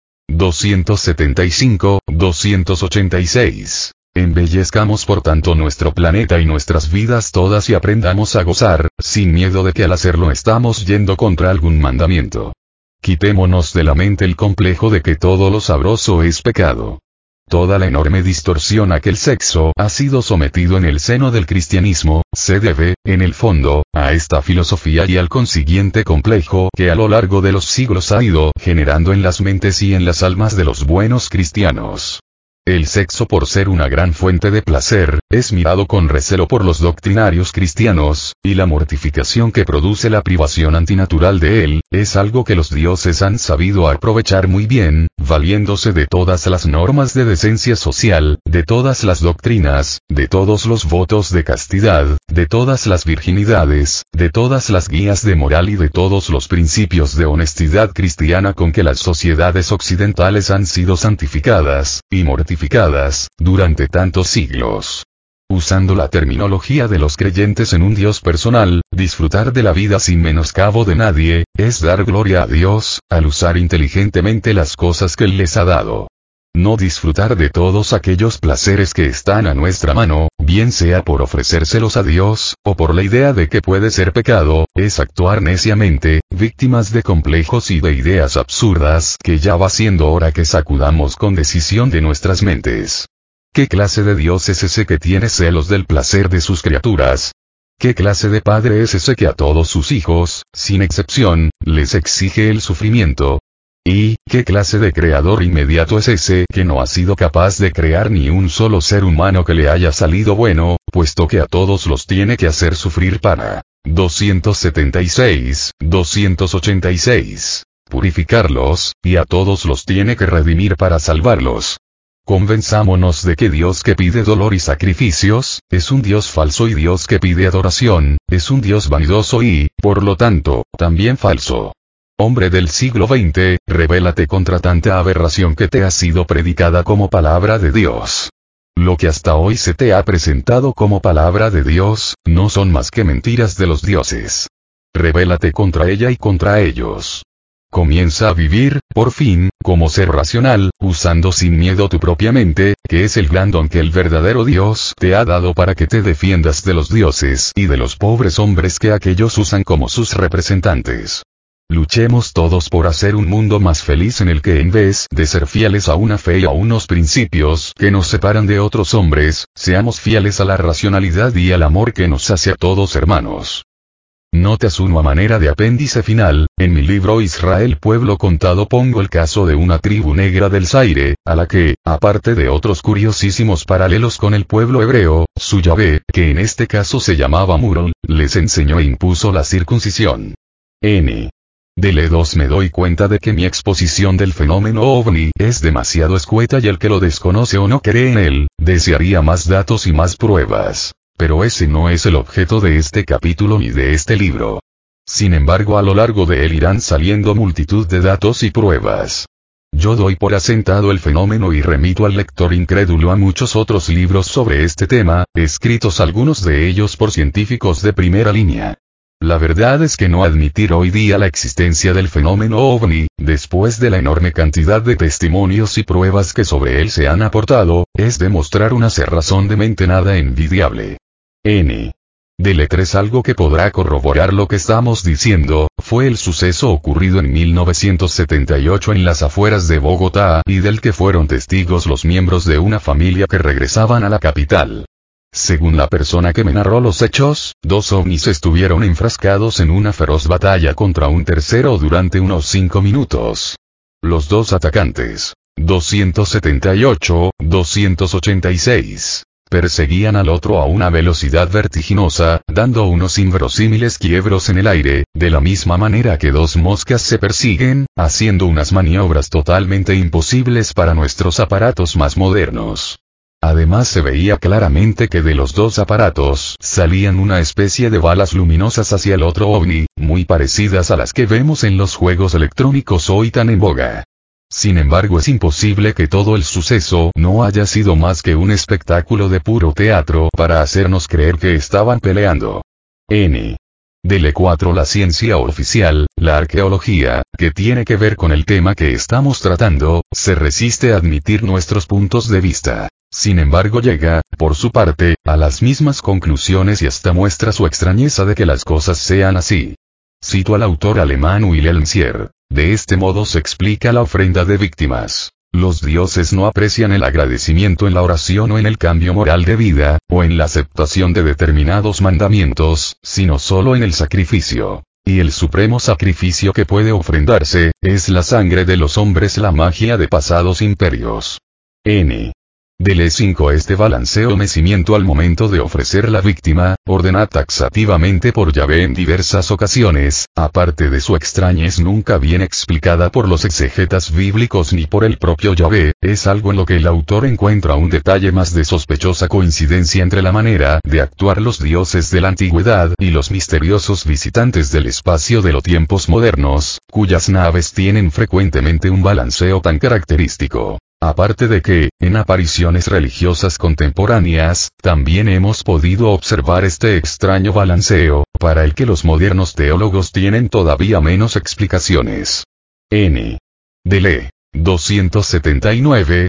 275, 286. Embellezcamos por tanto nuestro planeta y nuestras vidas todas y aprendamos a gozar, sin miedo de que al hacerlo estamos yendo contra algún mandamiento. Quitémonos de la mente el complejo de que todo lo sabroso es pecado. Toda la enorme distorsión a que el sexo ha sido sometido en el seno del cristianismo, se debe, en el fondo, a esta filosofía y al consiguiente complejo que a lo largo de los siglos ha ido generando en las mentes y en las almas de los buenos cristianos. El sexo, por ser una gran fuente de placer, es mirado con recelo por los doctrinarios cristianos, y la mortificación que produce la privación antinatural de él, es algo que los dioses han sabido aprovechar muy bien, valiéndose de todas las normas de decencia social, de todas las doctrinas, de todos los votos de castidad, de todas las virginidades, de todas las guías de moral y de todos los principios de honestidad cristiana con que las sociedades occidentales han sido santificadas, y mortificadas, durante tantos siglos. Usando la terminología de los creyentes en un Dios personal, disfrutar de la vida sin menoscabo de nadie, es dar gloria a Dios, al usar inteligentemente las cosas que Él les ha dado. No disfrutar de todos aquellos placeres que están a nuestra mano, bien sea por ofrecérselos a Dios, o por la idea de que puede ser pecado, es actuar neciamente, víctimas de complejos y de ideas absurdas que ya va siendo hora que sacudamos con decisión de nuestras mentes. ¿Qué clase de Dios es ese que tiene celos del placer de sus criaturas? ¿Qué clase de padre es ese que a todos sus hijos, sin excepción, les exige el sufrimiento? ¿Y qué clase de creador inmediato es ese que no ha sido capaz de crear ni un solo ser humano que le haya salido bueno, puesto que a todos los tiene que hacer sufrir para 276, 286, purificarlos, y a todos los tiene que redimir para salvarlos? Convenzámonos de que Dios que pide dolor y sacrificios, es un Dios falso, y Dios que pide adoración, es un Dios vanidoso y, por lo tanto, también falso. Hombre del siglo XX, rebélate contra tanta aberración que te ha sido predicada como palabra de Dios. Lo que hasta hoy se te ha presentado como palabra de Dios, no son más que mentiras de los dioses. Rebélate contra ella y contra ellos. Comienza a vivir, por fin, como ser racional, usando sin miedo tu propia mente, que es el gran don que el verdadero Dios te ha dado para que te defiendas de los dioses y de los pobres hombres que aquellos usan como sus representantes. Luchemos todos por hacer un mundo más feliz en el que, en vez de ser fieles a una fe y a unos principios que nos separan de otros hombres, seamos fieles a la racionalidad y al amor que nos hace a todos hermanos. Notas 1 a manera de apéndice final: en mi libro Israel Pueblo Contado pongo el caso de una tribu negra del Zaire, a la que, aparte de otros curiosísimos paralelos con el pueblo hebreo, su Yahvé, que en este caso se llamaba Murol, les enseñó e impuso la circuncisión. N. Dele 2 Me doy cuenta de que mi exposición del fenómeno ovni es demasiado escueta y el que lo desconoce o no cree en él, desearía más datos y más pruebas. Pero ese no es el objeto de este capítulo ni de este libro. Sin embargo, a lo largo de él irán saliendo multitud de datos y pruebas. Yo doy por asentado el fenómeno y remito al lector incrédulo a muchos otros libros sobre este tema, escritos algunos de ellos por científicos de primera línea. La verdad es que no admitir hoy día la existencia del fenómeno ovni, después de la enorme cantidad de testimonios y pruebas que sobre él se han aportado, es demostrar una cerrazón de mente nada envidiable. N. Dele 3 Algo que podrá corroborar lo que estamos diciendo, fue el suceso ocurrido en 1978 en las afueras de Bogotá, y del que fueron testigos los miembros de una familia que regresaban a la capital. Según la persona que me narró los hechos, 2 ovnis estuvieron enfrascados en una feroz batalla contra un tercero durante unos 5 minutos. Los 2 atacantes, 278, 286, perseguían al otro a una velocidad vertiginosa, dando unos inverosímiles quiebros en el aire, de la misma manera que dos moscas se persiguen, haciendo unas maniobras totalmente imposibles para nuestros aparatos más modernos. Además se veía claramente que de los dos aparatos salían una especie de balas luminosas hacia el otro ovni, muy parecidas a las que vemos en los juegos electrónicos hoy tan en boga. Sin embargo, es imposible que todo el suceso no haya sido más que un espectáculo de puro teatro para hacernos creer que estaban peleando. N. Dele 4. La ciencia oficial, la arqueología, que tiene que ver con el tema que estamos tratando, se resiste a admitir nuestros puntos de vista. Sin embargo, llega, por su parte, a las mismas conclusiones y hasta muestra su extrañeza de que las cosas sean así. Cito al autor alemán Wilhelm Sier. De este modo se explica la ofrenda de víctimas. Los dioses no aprecian el agradecimiento en la oración o en el cambio moral de vida, o en la aceptación de determinados mandamientos, sino solo en el sacrificio. Y el supremo sacrificio que puede ofrendarse, es la sangre de los hombres, la magia de pasados imperios. N. Dele 5. Este balanceo mecimiento al momento de ofrecer la víctima, ordena taxativamente por Yahvé en diversas ocasiones, aparte de su extrañez nunca bien explicada por los exegetas bíblicos ni por el propio Yahvé, es algo en lo que el autor encuentra un detalle más de sospechosa coincidencia entre la manera de actuar los dioses de la antigüedad y los misteriosos visitantes del espacio de los tiempos modernos, cuyas naves tienen frecuentemente un balanceo tan característico. Aparte de que, en apariciones religiosas contemporáneas, también hemos podido observar este extraño balanceo, para el que los modernos teólogos tienen todavía menos explicaciones. N. Dele. 279,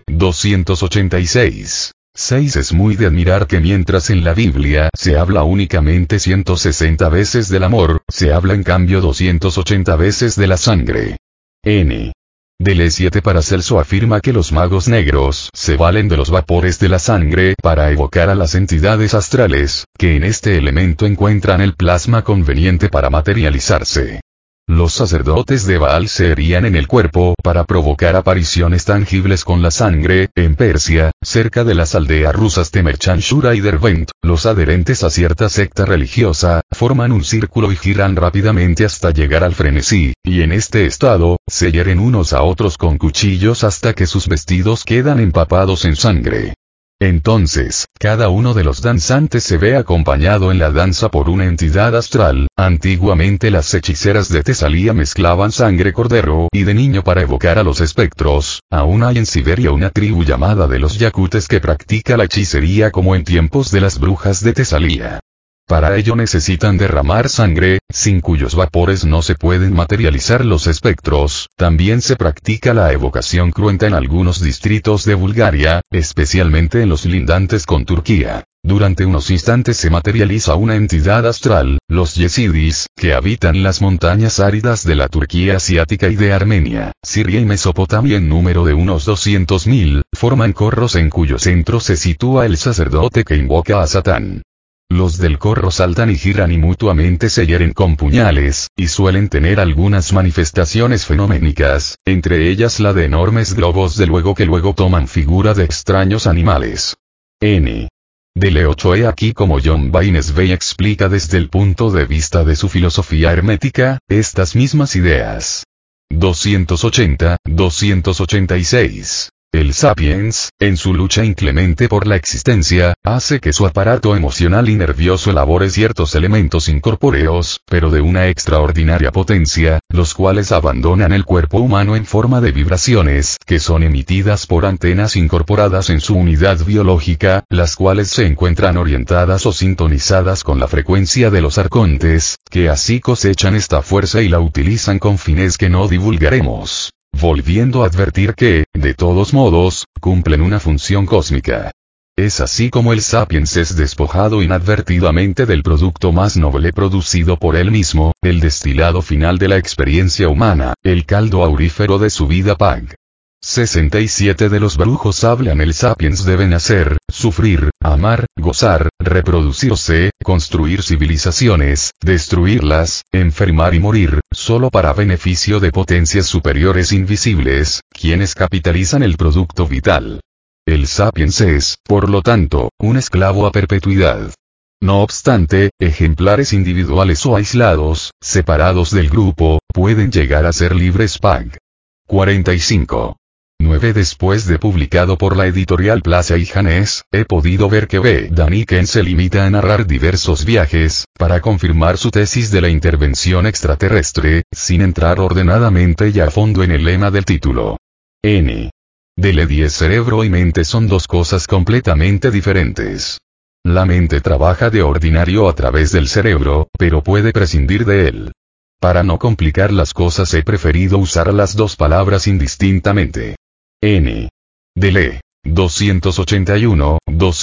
286. 6. Es muy de admirar que mientras en la Biblia se habla únicamente 160 veces del amor, se habla en cambio 280 veces de la sangre. N. Dele 7. Paracelso afirma que los magos negros se valen de los vapores de la sangre para evocar a las entidades astrales, que en este elemento encuentran el plasma conveniente para materializarse. Los sacerdotes de Baal se herían en el cuerpo para provocar apariciones tangibles con la sangre. En Persia, cerca de las aldeas rusas de Merchanshura y Derbent, los adherentes a cierta secta religiosa, forman un círculo y giran rápidamente hasta llegar al frenesí, y en este estado, se hieren unos a otros con cuchillos hasta que sus vestidos quedan empapados en sangre. Entonces, cada uno de los danzantes se ve acompañado en la danza por una entidad astral. Antiguamente las hechiceras de Tesalía mezclaban sangre cordero y de niño para evocar a los espectros. Aún hay en Siberia una tribu llamada de los yakutes que practica la hechicería como en tiempos de las brujas de Tesalía. Para ello necesitan derramar sangre, sin cuyos vapores no se pueden materializar los espectros. También se practica la evocación cruenta en algunos distritos de Bulgaria, especialmente en los lindantes con Turquía. Durante unos instantes se materializa una entidad astral, los yezidis, que habitan las montañas áridas de la Turquía asiática y de Armenia, Siria y Mesopotamia en número de unos 200.000, forman corros en cuyo centro se sitúa el sacerdote que invoca a Satán. Los del corro saltan y giran y mutuamente se hieren con puñales, y suelen tener algunas manifestaciones fenoménicas, entre ellas la de enormes globos de fuego que luego toman figura de extraños animales. N. Dele 8. He aquí como John Bainesvey explica desde el punto de vista de su filosofía hermética, estas mismas ideas. 280, 286. El sapiens, en su lucha inclemente por la existencia, hace que su aparato emocional y nervioso elabore ciertos elementos incorpóreos, pero de una extraordinaria potencia, los cuales abandonan el cuerpo humano en forma de vibraciones, que son emitidas por antenas incorporadas en su unidad biológica, las cuales se encuentran orientadas o sintonizadas con la frecuencia de los arcontes, que así cosechan esta fuerza y la utilizan con fines que no divulgaremos. Volviendo a advertir que, de todos modos, cumplen una función cósmica. Es así como el sapiens es despojado inadvertidamente del producto más noble producido por él mismo, el destilado final de la experiencia humana, el caldo aurífero de su vida pag. 67 de los brujos hablan. El sapiens debe nacer, sufrir, amar, gozar, reproducirse, construir civilizaciones, destruirlas, enfermar y morir, solo para beneficio de potencias superiores invisibles, quienes capitalizan el producto vital. El sapiens es, por lo tanto, un esclavo a perpetuidad. No obstante, ejemplares individuales o aislados, separados del grupo, pueden llegar a ser libres. Pag. 45. 9. Después de publicado por la editorial Plaza y Janés, he podido ver que B. Daniken se limita a narrar diversos viajes, para confirmar su tesis de la intervención extraterrestre, sin entrar ordenadamente y a fondo en el lema del título. N. Dele 10. Cerebro y mente son dos cosas completamente diferentes. La mente trabaja de ordinario a través del cerebro, pero puede prescindir de él. Para no complicar las cosas he preferido usar las dos palabras indistintamente. N. Dele. 281,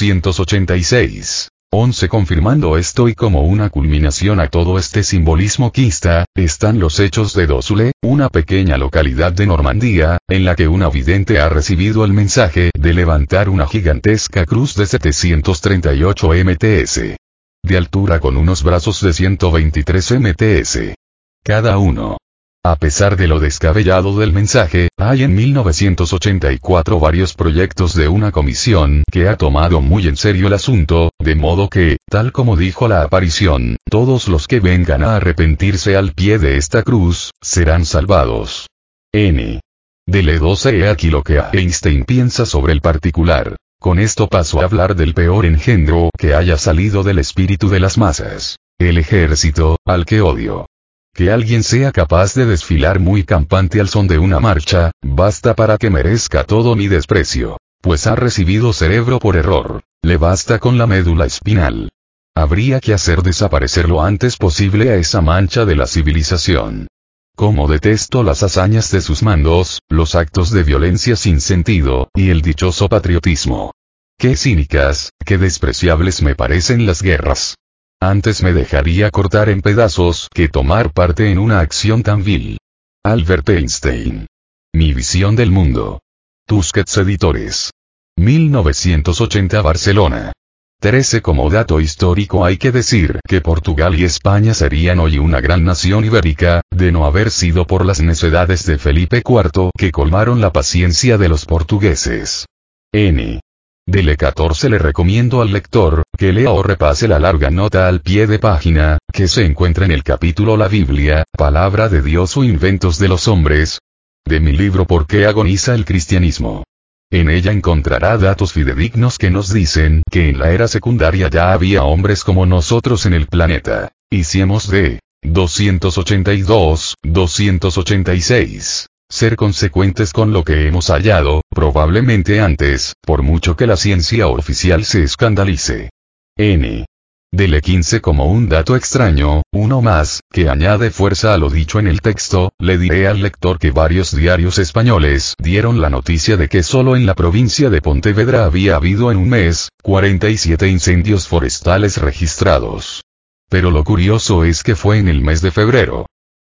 286. 11. Confirmando esto y como una culminación a todo este simbolismo quista, están los hechos de Dosule, una pequeña localidad de Normandía, en la que una vidente ha recibido el mensaje de levantar una gigantesca cruz de 738 mts. De altura con unos brazos de 123 mts. Cada uno. A pesar de lo descabellado del mensaje, hay en 1984 varios proyectos de una comisión que ha tomado muy en serio el asunto, de modo que, tal como dijo la aparición, todos los que vengan a arrepentirse al pie de esta cruz, serán salvados. N. Dele 12. He aquí lo que Einstein piensa sobre el particular. Con esto paso a hablar del peor engendro que haya salido del espíritu de las masas. El ejército, al que odio. Que alguien sea capaz de desfilar muy campante al son de una marcha, basta para que merezca todo mi desprecio. Pues ha recibido cerebro por error. Le basta con la médula espinal. Habría que hacer desaparecer lo antes posible a esa mancha de la civilización. Como detesto las hazañas de sus mandos, los actos de violencia sin sentido, y el dichoso patriotismo. Qué cínicas, qué despreciables me parecen las guerras. Antes me dejaría cortar en pedazos que tomar parte en una acción tan vil. Albert Einstein. Mi visión del mundo. Tusquets Editores. 1980 Barcelona. 13. Como dato histórico hay que decir que Portugal y España serían hoy una gran nación ibérica, de no haber sido por las necedades de Felipe IV que colmaron la paciencia de los portugueses. N. Dele 14. Le recomiendo al lector, que lea o repase la larga nota al pie de página, que se encuentra en el capítulo La Biblia, palabra de Dios o inventos de los hombres, de mi libro ¿Por qué agoniza el cristianismo? En ella encontrará datos fidedignos que nos dicen que en la era secundaria ya había hombres como nosotros en el planeta. Y si hemos de 282, 286. Ser consecuentes con lo que hemos hallado, probablemente antes, por mucho que la ciencia oficial se escandalice. N. Dele 15. Como un dato extraño, uno más, que añade fuerza a lo dicho en el texto, le diré al lector que varios diarios españoles dieron la noticia de que solo en la provincia de Pontevedra había habido en un mes, 47 incendios forestales registrados. Pero lo curioso es que fue en el mes de febrero.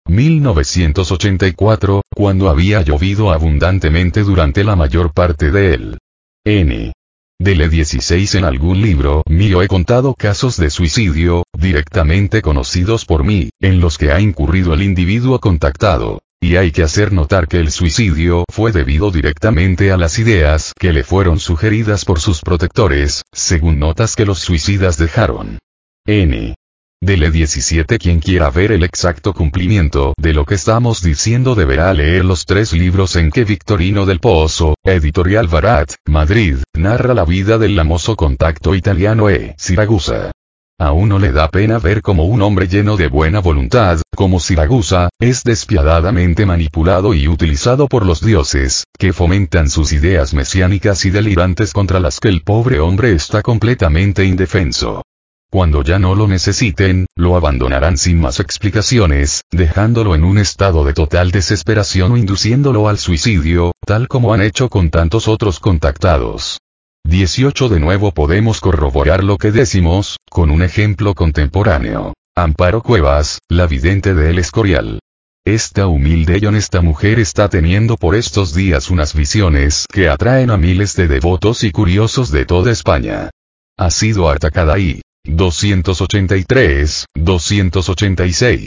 1984, cuando había llovido abundantemente durante la mayor parte de él. N. Dele 16. En algún libro mío he contado casos de suicidio, directamente conocidos por mí, en los que ha incurrido el individuo contactado, y hay que hacer notar que el suicidio fue debido directamente a las ideas que le fueron sugeridas por sus protectores, según notas que los suicidas dejaron. N. Dele 17. Quien quiera ver el exacto cumplimiento de lo que estamos diciendo deberá leer los 3 libros en que Victorino del Pozo, Editorial Barat, Madrid, narra la vida del famoso contacto italiano Siragusa. A uno le da pena ver cómo un hombre lleno de buena voluntad, como Siragusa, es despiadadamente manipulado y utilizado por los dioses, que fomentan sus ideas mesiánicas y delirantes contra las que el pobre hombre está completamente indefenso. Cuando ya no lo necesiten, lo abandonarán sin más explicaciones, dejándolo en un estado de total desesperación o induciéndolo al suicidio, tal como han hecho con tantos otros contactados. 18. De nuevo podemos corroborar lo que decimos, con un ejemplo contemporáneo. Amparo Cuevas, la vidente de El Escorial. Esta humilde y honesta mujer está teniendo por estos días unas visiones que atraen a miles de devotos y curiosos de toda España. Ha sido atacada y 283, 286.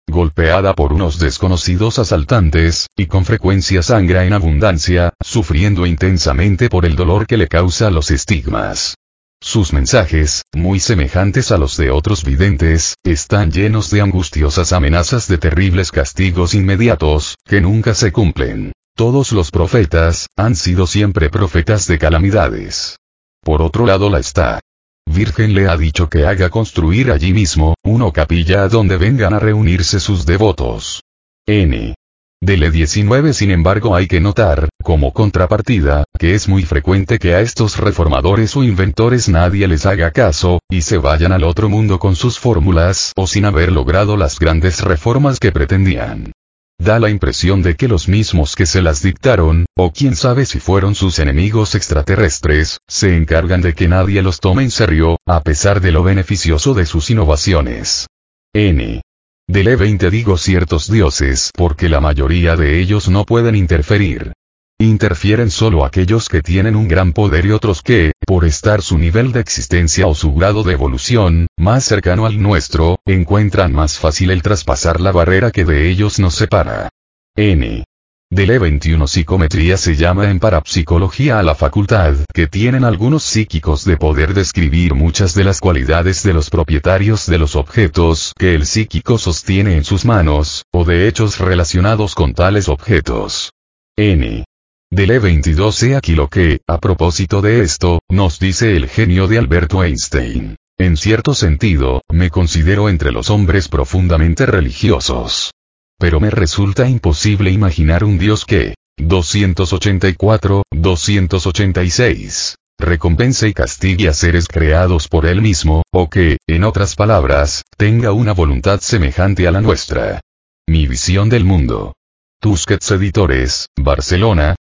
golpeada por unos desconocidos asaltantes, y con frecuencia sangra en abundancia, sufriendo intensamente por el dolor que le causa los estigmas. Sus mensajes, muy semejantes a los de otros videntes, están llenos de angustiosas amenazas de terribles castigos inmediatos, que nunca se cumplen. Todos los profetas, han sido siempre profetas de calamidades. Por otro lado la Virgen le ha dicho que haga construir allí mismo, una capilla donde vengan a reunirse sus devotos. N. Dele 19. Sin embargo hay que notar, como contrapartida, que es muy frecuente que a estos reformadores o inventores nadie les haga caso, y se vayan al otro mundo con sus fórmulas o sin haber logrado las grandes reformas que pretendían. Da la impresión de que los mismos que se las dictaron, o quién sabe si fueron sus enemigos extraterrestres, se encargan de que nadie los tome en serio, a pesar de lo beneficioso de sus innovaciones. N. Dele 20. Digo ciertos dioses porque la mayoría de ellos no pueden interferir. Interfieren solo aquellos que tienen un gran poder y otros que, por estar su nivel de existencia o su grado de evolución, más cercano al nuestro, encuentran más fácil el traspasar la barrera que de ellos nos separa. N. Dele 21. Psicometría se llama en parapsicología a la facultad que tienen algunos psíquicos de poder describir muchas de las cualidades de los propietarios de los objetos que el psíquico sostiene en sus manos, o de hechos relacionados con tales objetos. N. Dele 22. He aquí lo que, a propósito de esto, nos dice el genio de Alberto Einstein. En cierto sentido, me considero entre los hombres profundamente religiosos. Pero me resulta imposible imaginar un Dios que, 284, 286, recompense y castigue a seres creados por él mismo, o que, en otras palabras, tenga una voluntad semejante a la nuestra. Mi visión del mundo. Tusquets Editores, Barcelona,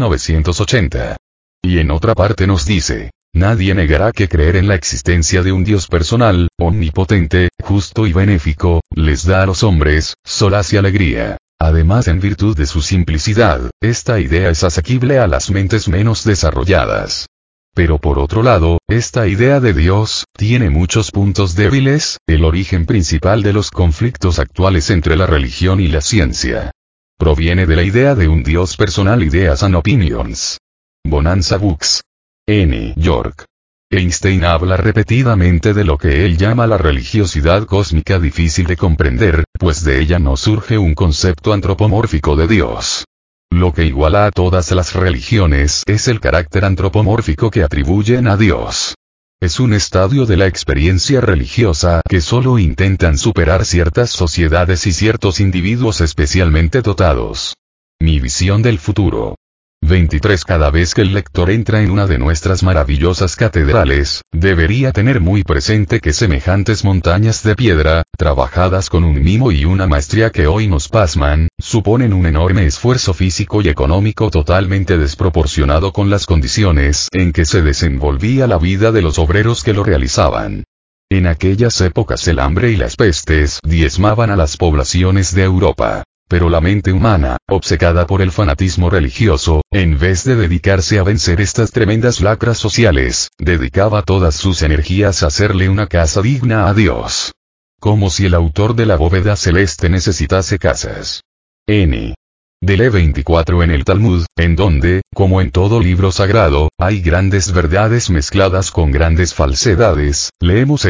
1980. Y en otra parte nos dice, nadie negará que creer en la existencia de un Dios personal, omnipotente, justo y benéfico, les da a los hombres, solaz y alegría. Además, en virtud de su simplicidad, esta idea es asequible a las mentes menos desarrolladas. Pero por otro lado, esta idea de Dios, tiene muchos puntos débiles, el origen principal de los conflictos actuales entre la religión y la ciencia. Proviene de la idea de un Dios personal. Ideas and Opinions. Bonanza Books. N. York. Einstein habla repetidamente de lo que él llama la religiosidad cósmica difícil de comprender, pues de ella no surge un concepto antropomórfico de Dios. Lo que iguala a todas las religiones es el carácter antropomórfico que atribuyen a Dios. Es un estadio de la experiencia religiosa que solo intentan superar ciertas sociedades y ciertos individuos especialmente dotados. Mi visión del futuro. 23. Cada vez que el lector entra en una de nuestras maravillosas catedrales, debería tener muy presente que semejantes montañas de piedra, trabajadas con un mimo y una maestría que hoy nos pasman, suponen un enorme esfuerzo físico y económico totalmente desproporcionado con las condiciones en que se desenvolvía la vida de los obreros que lo realizaban. En aquellas épocas el hambre y las pestes diezmaban a las poblaciones de Europa. Pero la mente humana, obcecada por el fanatismo religioso, en vez de dedicarse a vencer estas tremendas lacras sociales, dedicaba todas sus energías a hacerle una casa digna a Dios. Como si el autor de la bóveda celeste necesitase casas. N. Dele 24. En el Talmud, en donde, como en todo libro sagrado, hay grandes verdades mezcladas con grandes falsedades, leemos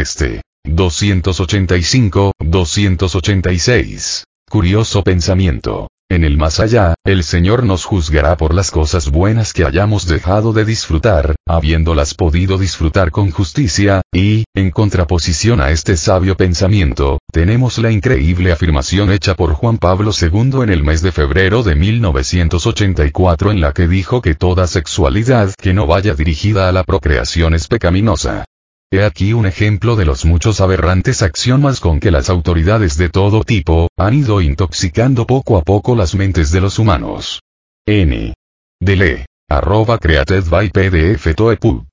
285, 286. Curioso pensamiento. En el más allá, el Señor nos juzgará por las cosas buenas que hayamos dejado de disfrutar, habiéndolas podido disfrutar con justicia, y, en contraposición a este sabio pensamiento, tenemos la increíble afirmación hecha por Juan Pablo II en el mes de febrero de 1984 en la que dijo que toda sexualidad que no vaya dirigida a la procreación es pecaminosa. He aquí un ejemplo de los muchos aberrantes axiomas con que las autoridades de todo tipo, han ido intoxicando poco a poco las mentes de los humanos. N. Dele. @createdbypdf.toepub